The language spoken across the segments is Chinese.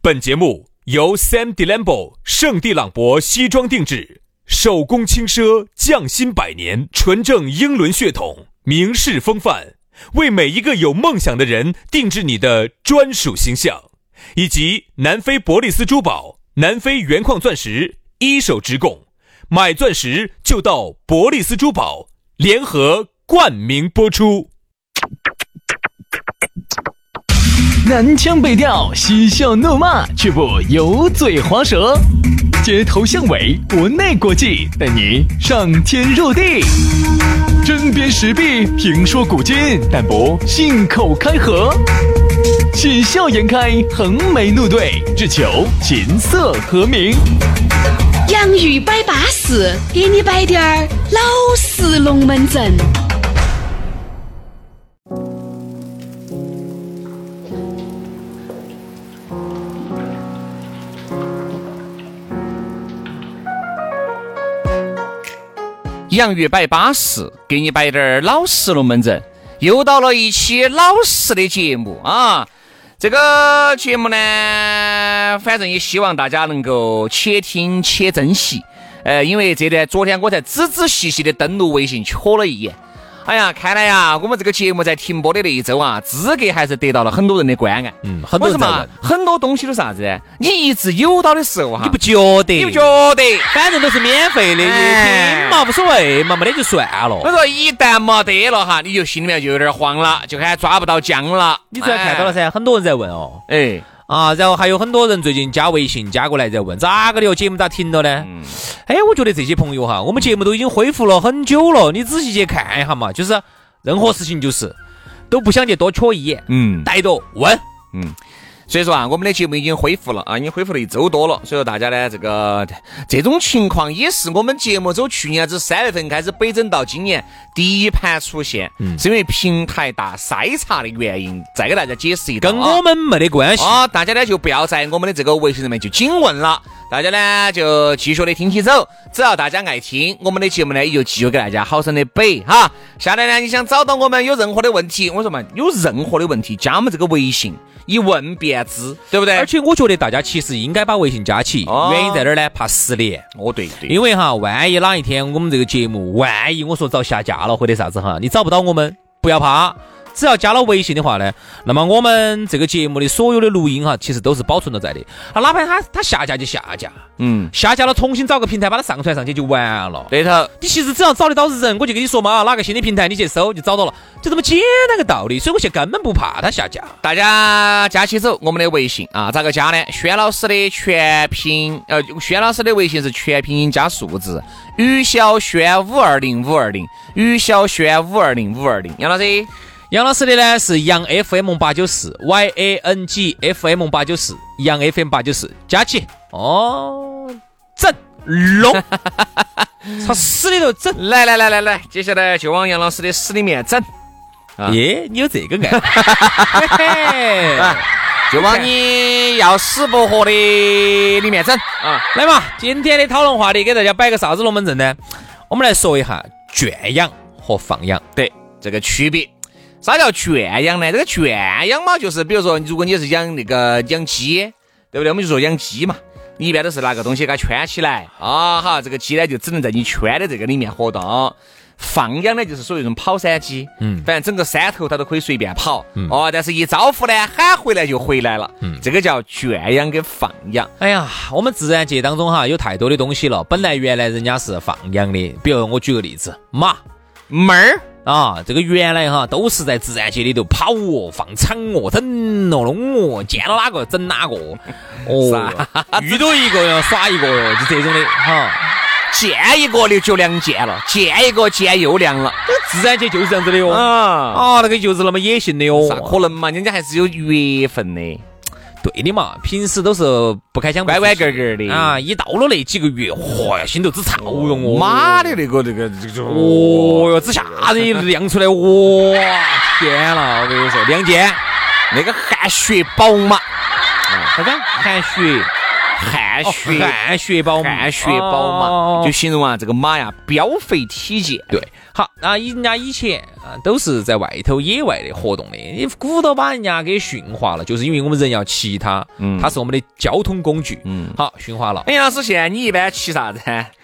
本节目由 Sam Delambo 圣地朗博西装定制，手工轻奢，匠心百年，纯正英伦血统，名士风范，为每一个有梦想的人定制你的专属形象，以及南非伯利斯珠宝、南非原矿钻石一手直供，买钻石就到伯利斯珠宝，联合冠名播出。 南腔北调，嬉笑怒骂，却不油嘴滑舌，街头巷尾，国内国际，带你上天入地，针砭时弊，评说古今，但不信口开河，喜笑颜开，横眉怒对，只求琴瑟和鸣。 洋芋摆巴士，给你摆点儿老式龙门阵。 洋芋摆巴士，给你摆点老实龙门阵。又到了一期老实的节目啊！这个节目呢，反正也希望大家能够且听且珍惜。因为昨天我才仔仔细细的登录微信瞧了一眼。哎呀，看来呀，我们这个节目在停播的那一周啊，资格还是得到了很多人的关爱。 很多人在问， 很多东西都啥子？你一直有到的时候哈， 你不觉得？ 反正都是免费的，你听嘛无所谓嘛，没得就算了。 我说一旦没得了哈，你就心里面就有点慌了，就开始抓不到姜了。 你昨天看到了噻，很多人在问哦。然后还有很多人最近加微信加过来在问咋个的，节目咋停了呢？我觉得这些朋友哈，我们节目都已经恢复了很久了，你仔细去看一下嘛，就是任何事情就是都不想去多瞧一眼，带着问， 所以说啊，我们的节目已经恢复了啊，已经恢复了1周多了。所以说大家呢，这种情况也是我们节目从去年3月份开始北整到今年第一盘出现，是因为平台大筛查的原因。再给大家解释一道， 跟我们没得关系啊！大家呢就不要在我们的这个微信上面就紧问了，大家呢就继续的听起走。只要大家爱听我们的节目呢，也就继续给大家好生的背哈。下来呢，你想找到我们有任何的问题，我说嘛，有任何的问题加我们这个微信。一问便知，对不对？ 而且我觉得大家其实应该把微信加起，原因在哪儿呢？怕失联。 对， 因为哈，万一哪一天我们这个节目，万一我说遭下架了或者啥子哈，你找不到我们，不要怕。只要加了微信的话呢，那么我们这个节目的所有的录音哈，其实都是保存了在的。哪怕它下架就下架，下架了重新找个平台把它上传上去就完了。 对头， 你其实只要找得到人，我就跟你说嘛，哪个新的平台你去搜就找到了，就这么简单个道理。所以我现在根本不怕它下架。 大家加起走我们的微信啊，咋个加呢？轩老师的全拼，轩老师的微信是全拼音加数字，于小轩520520，于小轩520520。 杨老师的呢是杨 FM894 YANG FM894 杨 FM894 加起整龙朝死里头整。 来，接下来就往杨老师的死里面整。 你有这个爱就往你要死不活的里面整啊！ 来嘛，今天的讨论话题给大家摆个啥子龙门阵呢？我们来说一下圈养和放养对这个区别。啥叫圈养呢？这个圈养嘛，就是比如说，如果你是养鸡，对不对？我们就说养鸡嘛，你一般都是拿个东西给它圈起来啊，哈，这个鸡呢就只能在你圈的这个里面活动。放养呢就是属于一种跑山鸡，反正整个山头它都可以随便跑，但是一招呼呢喊回来就回来了，这个叫圈养跟放养。 哎呀，我们自然界当中哈有太多的东西了，本来原来人家是放养的，比如我举个例子，马儿。这个原来哈都是在自然界里头跑放场整弄见了哪个整哪个遇到一个要耍一个哟，就这种的哈， 见一个就两见了，见一个见又亮了， 自然界就是这样子的哟那个就是那么野性的哟， 咋可能嘛？人家还是有缘分的。 对的嘛，平时都是不开腔乖乖个个的啊，一到了那几个月，呀，心头之操哟， 妈的那个这下子一亮出来，天了，我跟你说，亮剑， 那个汗血宝马， 啥子？汗血汗血汗宝嘛，就形容啊这个马呀膘肥体健。 对，好，那人家以前都是在外头野外的活动的，你骨头把人家给驯化了，就是因为我们人要骑它，它是我们的交通工具，好，驯化了。 杨老师，现在你一般骑啥子？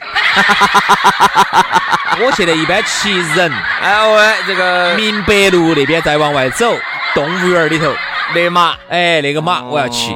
我现在一般骑人， 我这个明白路那边再往外走，动物园里头那马， 那个马我要骑，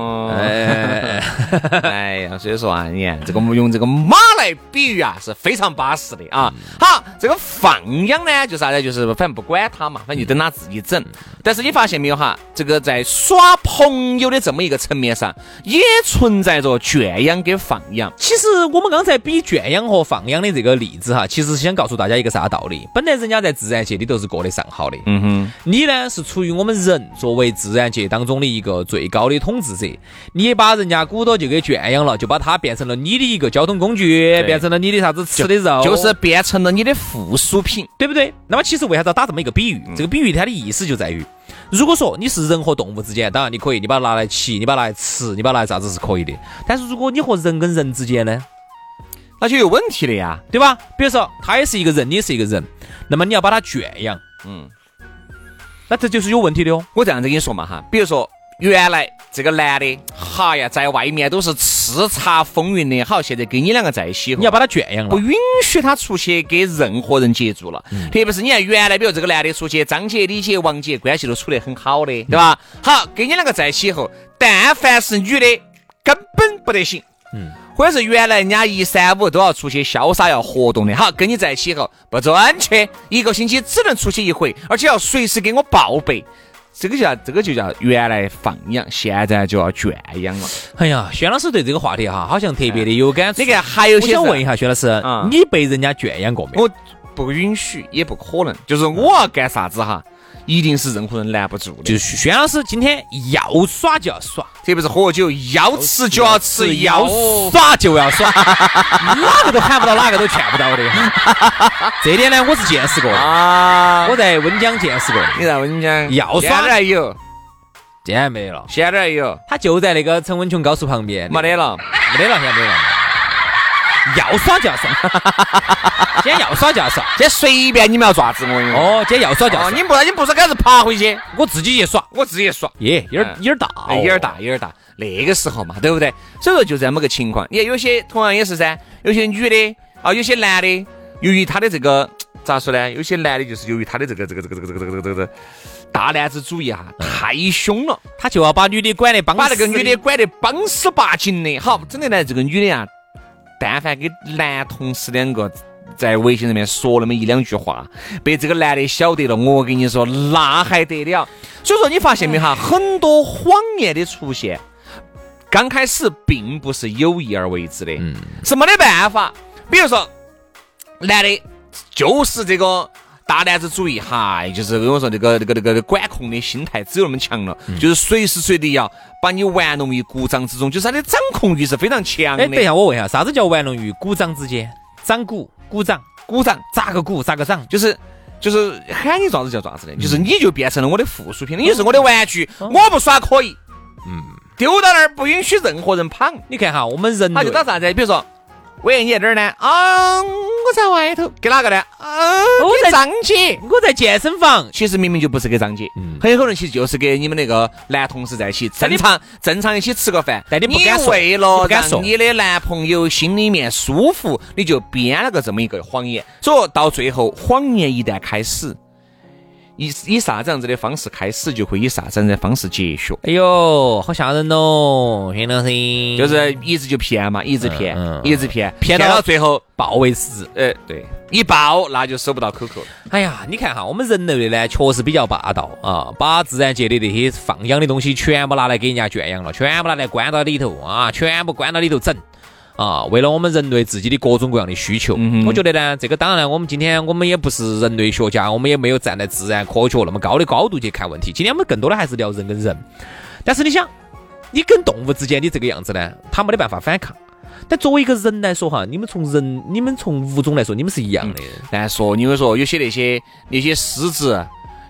哎呀，所以说啊，你看这个用这个马来比喻啊，是非常巴适的啊。好，这个放养呢，就是啥呢？就是反正不管它嘛，反正就等它自己整。但是你发现没有哈，这个在耍朋友的这么一个层面上，也存在着圈养跟放养。 其实我们刚才比圈养和放养的这个例子哈，其实是想告诉大家一个啥道理？本来人家在自然界里都是过得上好的，你呢是处于我们人作为自然界当中的一个最高的统治者，你也把人家骨头就给圈养了，就把它变成了你的一个交通工具，变成了你的啥子吃的肉， 就是变成了你的附属品， 对不对？那么其实为啥子要打这么一个比喻？这个比喻它的意思就在于，如果说你是人和动物之间，当然你可以，你把它拿来骑，你把它拿来吃，你把它拿来啥子是可以的。但是如果你和人跟人之间呢， 那就有问题了呀， 对吧？比如说他也是一个人，你也是一个人，那么你要把他圈养，那这就是有问题的哦。 我这样子跟你说嘛哈，比如说原来这个男的，哈呀，在外面都是叱咤风云的，好，现在跟你两个在一起， 你要把他圈养了， 不允许他出去跟任何人接触了。特别是你看原来，比如这个男的出去，张姐、李姐、王姐关系都处得很好的，对吧？好，跟你两个在一起以后，但凡是女的，根本不得行。或者是原来人家1、3、5都要出去潇洒要活动的，好，跟你在一起以后不准去，一个星期只能出去一回，而且要随时给我报备。这个就叫原来放养，现在就要圈养了。 哎呀，轩老师对这个话题哈，好像特别的有感触。 你看，还有些， 我想问一下轩老师，你被人家圈养过没有？ 我不允许，也不可能，就是我要干啥子哈，一定是任何人拦不住的。 就是轩老师今天要耍就要耍， 特别是喝酒，要吃就要吃， 要耍就要耍，哪个都喊不到，哪个都劝不到的。这点呢，我是见识过的啊，我在温江见识过的。 你在温江要耍现在有， 现在没了， 现在有， 他就在那个陈文琼高速旁边， 没得了， 现在没了。要耍就要耍，今天要耍就要耍， 今天随便你们要爪子我。 哦，今天要耍就要耍， 你不是开始爬回去， 我自己也耍， 我自己也耍， 有点大， 有点大。那个时候嘛，对不对？所以说就这么个情况。你看有些同样也是噻，有些女的啊，有些男的，由于他的这个咋说呢？有些男的就是由于他的这个大男子主义哈，太凶了， 他就要把女的管得帮， 把那个女的管得帮死把紧的。好，真的呢，这个女的啊，但凡给男同事两个在微信上面说那么1、2句话，被这个男的晓得了，我跟你说那还得了。所以说你发现没哈，很多谎言的出现，刚开始并不是有意而为之的，是没得办法。比如说男的就是这个大男子主义，就是跟我说那个管控的心态只有那么强了，就是随时随地要把你玩弄于股掌之中，就是他的掌控欲是非常强的。 等一下，我问一下，啥子叫玩弄于股掌之间？掌股、股掌、咋个股咋个掌？ 就是喊你爪子叫爪子的，就是你就变成了我的附属品，你就是我的玩具，我不耍可以，丢到那儿不允许任何人捧。 你看哈，我们人他就打啥子？比如说，喂，你在哪儿呢？我在外头，给哪个呢？给张姐， 我在健身房。 其实明明就不是给张姐，很有可能其实就是给你们那个男同事在一起，正常一起吃个饭。 但你不敢说， 为了让你的男朋友心里面舒服，你就编了个这么一个谎言。所以到最后，谎言一旦开始，以啥子样子的方式开始，就会以啥子样子的方式结束。 哎呦，好吓人哦！听到声音， 就是一直就骗嘛，一直骗，骗到最后爆为实。 对，一爆那就收不到口。 哎呀，你看哈，我们人类呢确实比较霸道啊，把自然界的那些放养的东西全部拿来给人家圈养了，全部拿来关到里头啊，全部关到里头整。为了我们人类自己的各种各样的需求，我觉得呢，这个当然我们今天我们也不是人类学家，我们也没有站在自然科学那么高的高度去看问题。今天我们更多的还是聊人跟人。但是你想，你跟动物之间的这个样子呢，他没得办法反抗。但作为一个人来说哈，你们从物种来说，你们是一样的。 但说你会说有些那些狮子，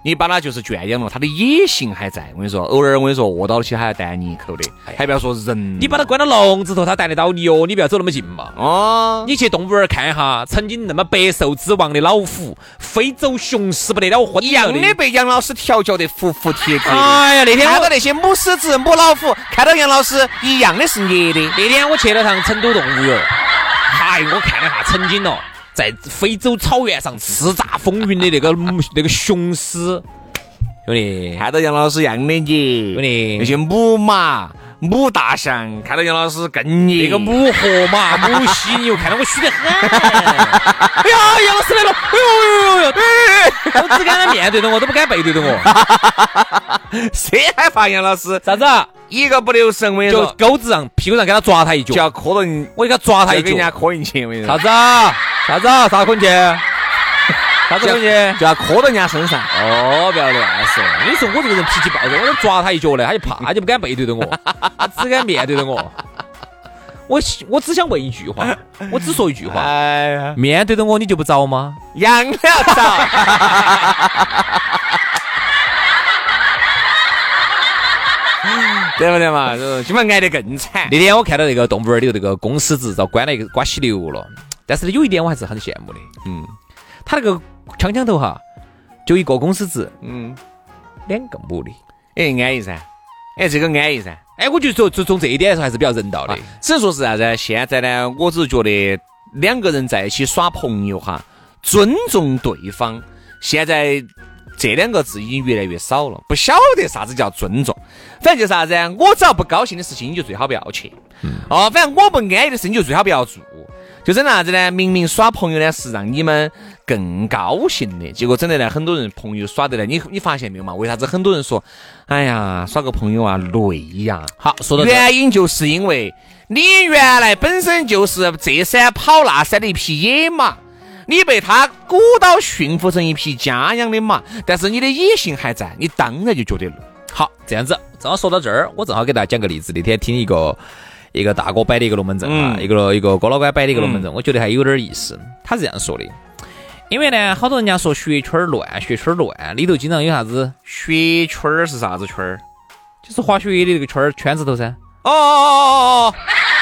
你把它就是圈养了，它的野性还在。我跟你说，偶尔我跟你说饿到起还要弹你一口的，还不要说人。 你把它关到笼子头，它弹得到你哦，你不要走那么近嘛。 哦， 你去动物园看一下，曾经那么百兽之王的老虎，非洲熊狮不得了， 一样的被杨老师调教得服服帖帖。 哎呀，那天看到那些母狮子、母老虎，看到杨老师一样的是热的。 那天我去了趟成都动物园，嗨，我看了下曾经哦，在非洲草原上叱咤风云的那个雄狮，兄弟， 看到杨老师一样的热。 兄弟， 那些母马、母大象，看到杨老师更热。 那个母河马、母犀牛，看到我虚得很。哎呀，杨老师来了！哎呦，我只敢面对着我，都不敢背对着我。 谁害怕杨老师？ 啥子？ 一个不留神，我跟你说， 就钩子上、屁股上给他抓他一脚， 就要磕到你， 我给他抓他一脚， 给人家磕进去。我跟你说， 啥子？啥可能去？啥子可能去？ 就要磕到人家身上。 哦，不要乱说！你说我这个人脾气暴躁，我抓他一脚呢，他就怕，他就不敢背对着我，他只敢面对着我。我只想问一句话，我只说一句话， 哎呀， 面对着我你就不着吗？ 养了着。对不对嘛？基本挨得更惨。 那天我看到那个动物园里头那个公狮子遭关了一个瓜溪流了，但是呢有一点我还是很羡慕的，他那个枪头哈，就一个公狮子，两个母的， 安逸噻，这个安逸噻。 我觉得从这一点来说还是比较人道的。 只能说是啥子？现在呢，我只是觉得两个人在一起耍朋友哈，尊重对方。现在这两个字已经越来越少了，不晓得啥子叫尊重。反正就是啥子，我只要不高兴的事情，你就最好不要去。反正我不安逸的事情，你就最好不要做。就整啥子呢？明明耍朋友呢是让你们更高兴的，结果整的呢，很多人朋友耍的呢，你发现没有嘛？为啥子很多人说，哎呀，耍个朋友啊累呀？ 好，说到原因就是因为你原来本身就是这山跑那山的一匹野马，你被他鼓捣驯服成一匹家养的马，但是你的野性还在，你当然就觉得累。 好，这样子，正好说到这儿，我正好给大家讲个例子。那天听一个大哥摆的一个龙门阵啊，一个郭老倌摆的一个龙门阵，我觉得还有点意思。他是这样说的，因为呢，好多人家说血圈乱，里头经常有啥子血圈是啥子圈儿？ 就是滑雪的那个圈子头噻。 哦，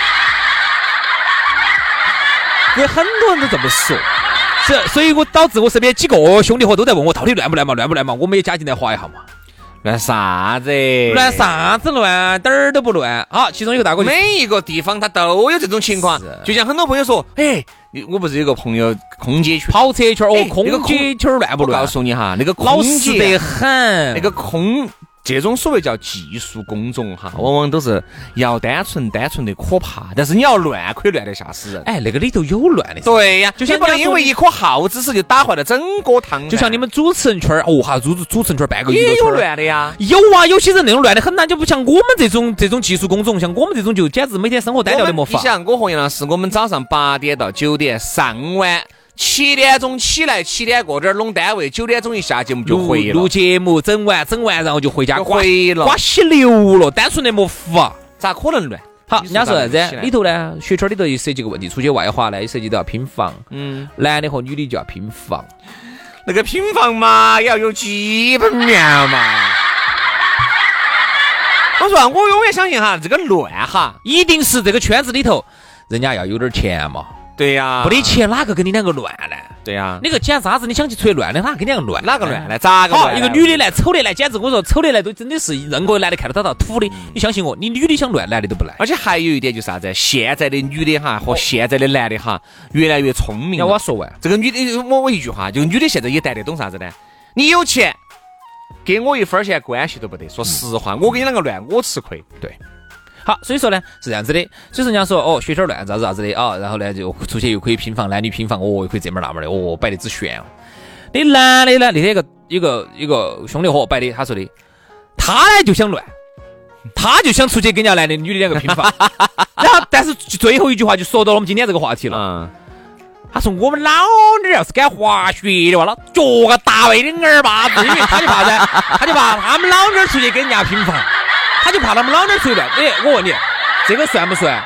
因为很多人都这么说，所以我导致我身边几个兄弟伙都在问我到底乱不乱嘛？我们也加进来滑一下嘛。 乱啥子？ 乱啥子乱？点儿都不乱。好，其中一个大哥每一个地方他都有这种情况，就像很多朋友说，我不是有个朋友空姐圈、 跑车圈空姐圈乱不乱？ 我告诉你哈，那个老实得很， 那个这种所谓叫技术工种哈，往往都是要单纯的可怕，但是你要乱可以乱得吓死人。 那个里头有乱的。 对呀，就像不能因为一颗耗子屎就打坏了整个汤。 就像你们主持人圈主持人圈半个也有乱的呀。 有啊，有些人那种乱的很难，就不像我们这种技术工种，像我们这种就简直每天生活单调的没法。 你想，我和杨老师，我们早上8点到9点上完。7点钟起来，7点过点弄单位，9点钟一下节目就回了。 录节目整完，然后就回家回了， 刮稀流了，单纯的没法， 咋可能乱？ 好，人家说啥子？里头呢，学圈里头也涉及个问题，出去外滑呢，也涉及到拼房。男的和女的就要拼房， 那个拼房嘛，要有基本面嘛。我说，我永远相信哈，这个乱哈， 一定是这个圈子里头，人家要有点钱嘛。 对呀， 不得钱哪个跟你两个乱呢？ 对呀， 那个捡渣子你想去出去乱的，哪跟你两个乱？ 哪个乱呢？咋个乱？ 好，一个女的来，丑的来，简直我说丑的来都真的是任何男的看得到土的。你相信我，你女的想乱，男的都不来。 而且还有一点就是啥子？现在的女的哈和现在的男的哈越来越聪明。 要我说完， 这个女的我一句话，这个女的现在也带得懂啥子呢？你有钱，给我1分钱关系都不得。说实话，我跟你两个乱，我吃亏。 对。好，所以说呢是这样子的，所以说人家说学圈乱啥子的啊，然后呢就出去又可以拼房，男女拼房又可以这门那门的摆得只炫。你男的呢，那天一个兄弟伙摆的，他说的，他呢就想乱，他就想出去跟人家男的女的两个拼房，然后但是最后一句话就说到了我们今天这个话题了。他说我们老娘要是敢滑雪的话，那脚个大卫的儿巴子，因为他就怕噻，他就怕他们老娘出去跟人家拼房。他就怕他们老娘出乱。我问你，这个算不算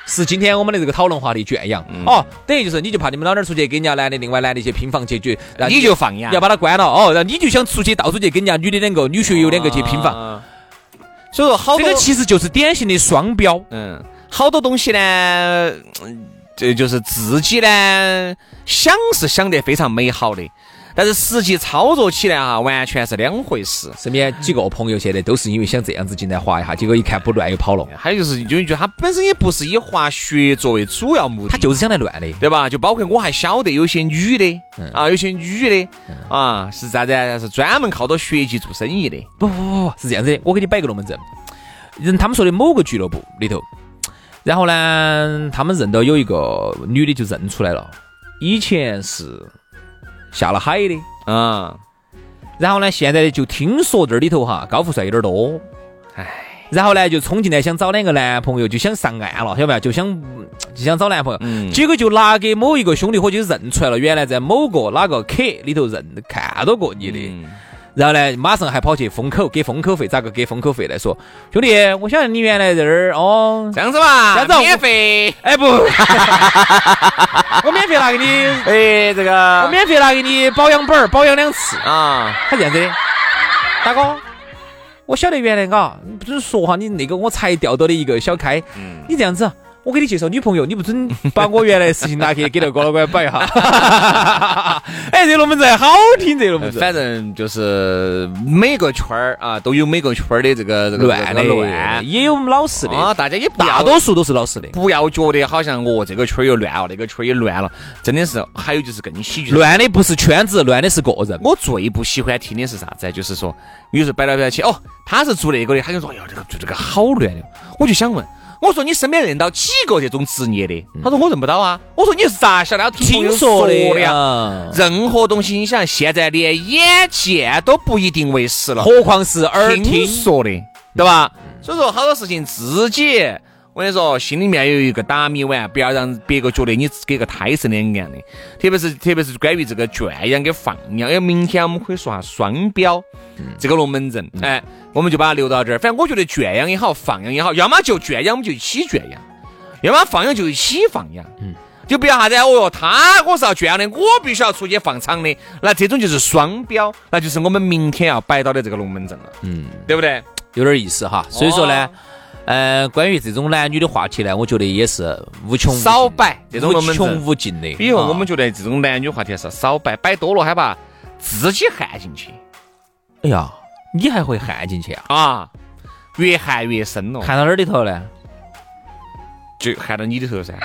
是今天我们的这个讨论话题圈养哦，等于就是你就怕你们老点出去跟人家男的另外男的去拼房去， 你就放养， 要把他关了哦，然后你就想出去到处去跟人家女的两个女学友两个去拼房， 所以说好多这个其实就是典型的双标。 好多东西呢，这就是自己呢想是想得非常美好的，但是实际操作起来完全是两回事。 身边几个朋友现在都是因为想这样子进来滑一下，结果一看不乱又跑了。 还有就是觉得他本身也不是以滑雪作为主要目的， 他就是想来乱的， 对吧？就包括我还晓得有些女的有些女的是啥子？是专门靠着学籍做生意的。 不，是这样子的。我给你摆个龙门阵，他们说的某个俱乐部里头，然后呢，他们认到有一个女的就认出来了，以前是下了海的然后呢，现在就听说这里头高富帅有点多，然后呢就冲进来想找两个男朋友，就想上岸了，晓得没有？就想找男朋友，结果就拿给某一个兄弟伙就认出来了，原来在某个哪个客里头看到过你的。然后呢，马上还跑去给封口费，咋个给封口费来说？兄弟，我晓得你原来在这儿这样子吧，这样子免费。 不，我免费拿给你， 这个我免费拿给你保养本，保养2次他这样子的，大哥，我晓得原来你不准说你那个我才调到的一个小开，你这样子。我给你介绍女朋友，你不准把我原来的事情拿去给那个老倌摆一下。这龙门阵好听，这龙门阵。 反正就是每个圈儿都有每个圈儿的这个乱，也有老实的大家也不要， 大多数都是老实的。 不要觉得好像这个圈儿又乱了，那个圈儿也乱了，真的是。还有就是更喜剧， 乱的不是圈子，乱的是个人。 我最不喜欢听的是啥子？就是说，有时候摆来摆去，他是做那个的，他就说，哎呀，这个好乱的。我就想问。我说你身边认到几个这种职业的？他说我认不到啊。我说你是咋晓得？ 听说的呀。任何东西，你想现在连眼见都不一定为实了， 何况是耳听说的，对吧？所以说好多事情自己，我跟你说，心里面有一个打米碗，不要让别个觉得你给个胎神两样的。特别是关于这个圈养跟放养，因为明天我们可以说下双标这个龙门阵，我们就把它留到这儿。反正我觉得圈养也好，放养也好，要么就圈养我们就一起圈养，要么放养就一起放养。就不要啥子我是要圈养的，我必须要出去放场的，那这种就是双标，那就是我们明天要摆到的这个龙门阵了。对不对？ 有点意思哈。所以说呢，关于这种男女的话题呢，我觉得也是无穷少摆，这种龙门阵无穷无尽的。 以后我们觉得这种男女话题是少摆，摆多了还把自己陷进去。 哎呀，你还会陷进去越陷越深了。 陷到哪里头呢？ 就陷到你里头噻。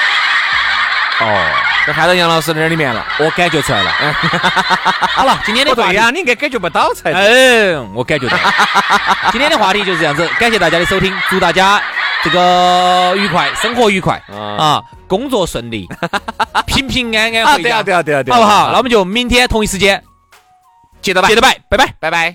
就陷到杨老师那里面了。 我感觉出来了。好了，今天的话题你应该感觉不到才对。 我感觉到。今天的话题就是这样子，感谢大家的收听，祝大家这个愉快，生活愉快工作顺利，平平安安回家。 对， 好不好？那我们就明天同一时间接着摆，拜拜，拜拜。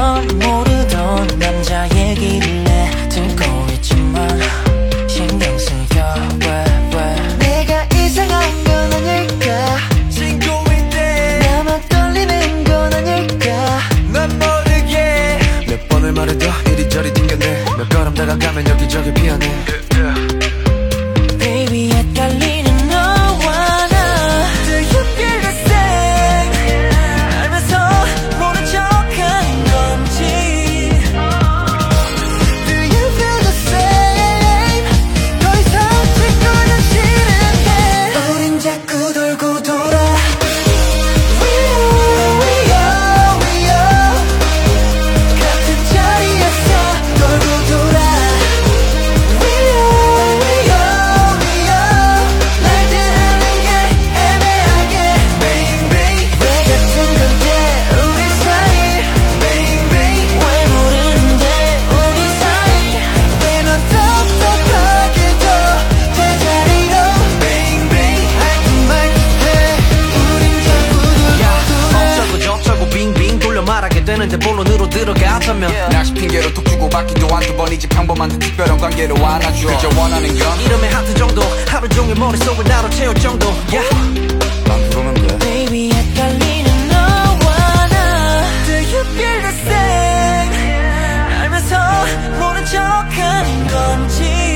신경 쓰 되는데 본론으로 들어가자면 날씨 핑계로 툭 주고 받기도 한두 번이지 평범한데 특별한 관계로 안아줘 그저 원하는 건 이름의 하트 정도 하루 종일 머릿속을 나로 채울 정도 난 그러면 돼 Baby 헷갈리는 너와 나 Do you feel the same 알면서 모른 척하는 건지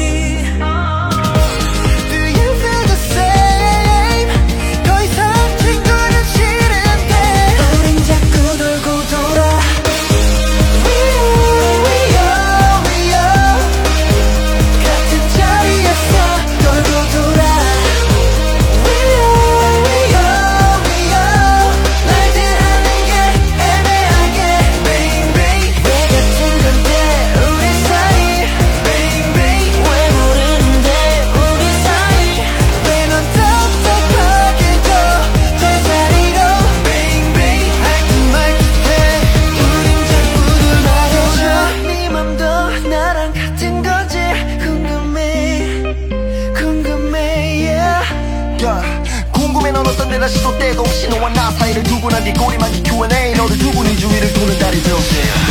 다시도 때도 없이 너와 나 사이를 두고 난 뒤 꼬리만 Q&A 너를 두고 네 주위를 도는 달이 되었지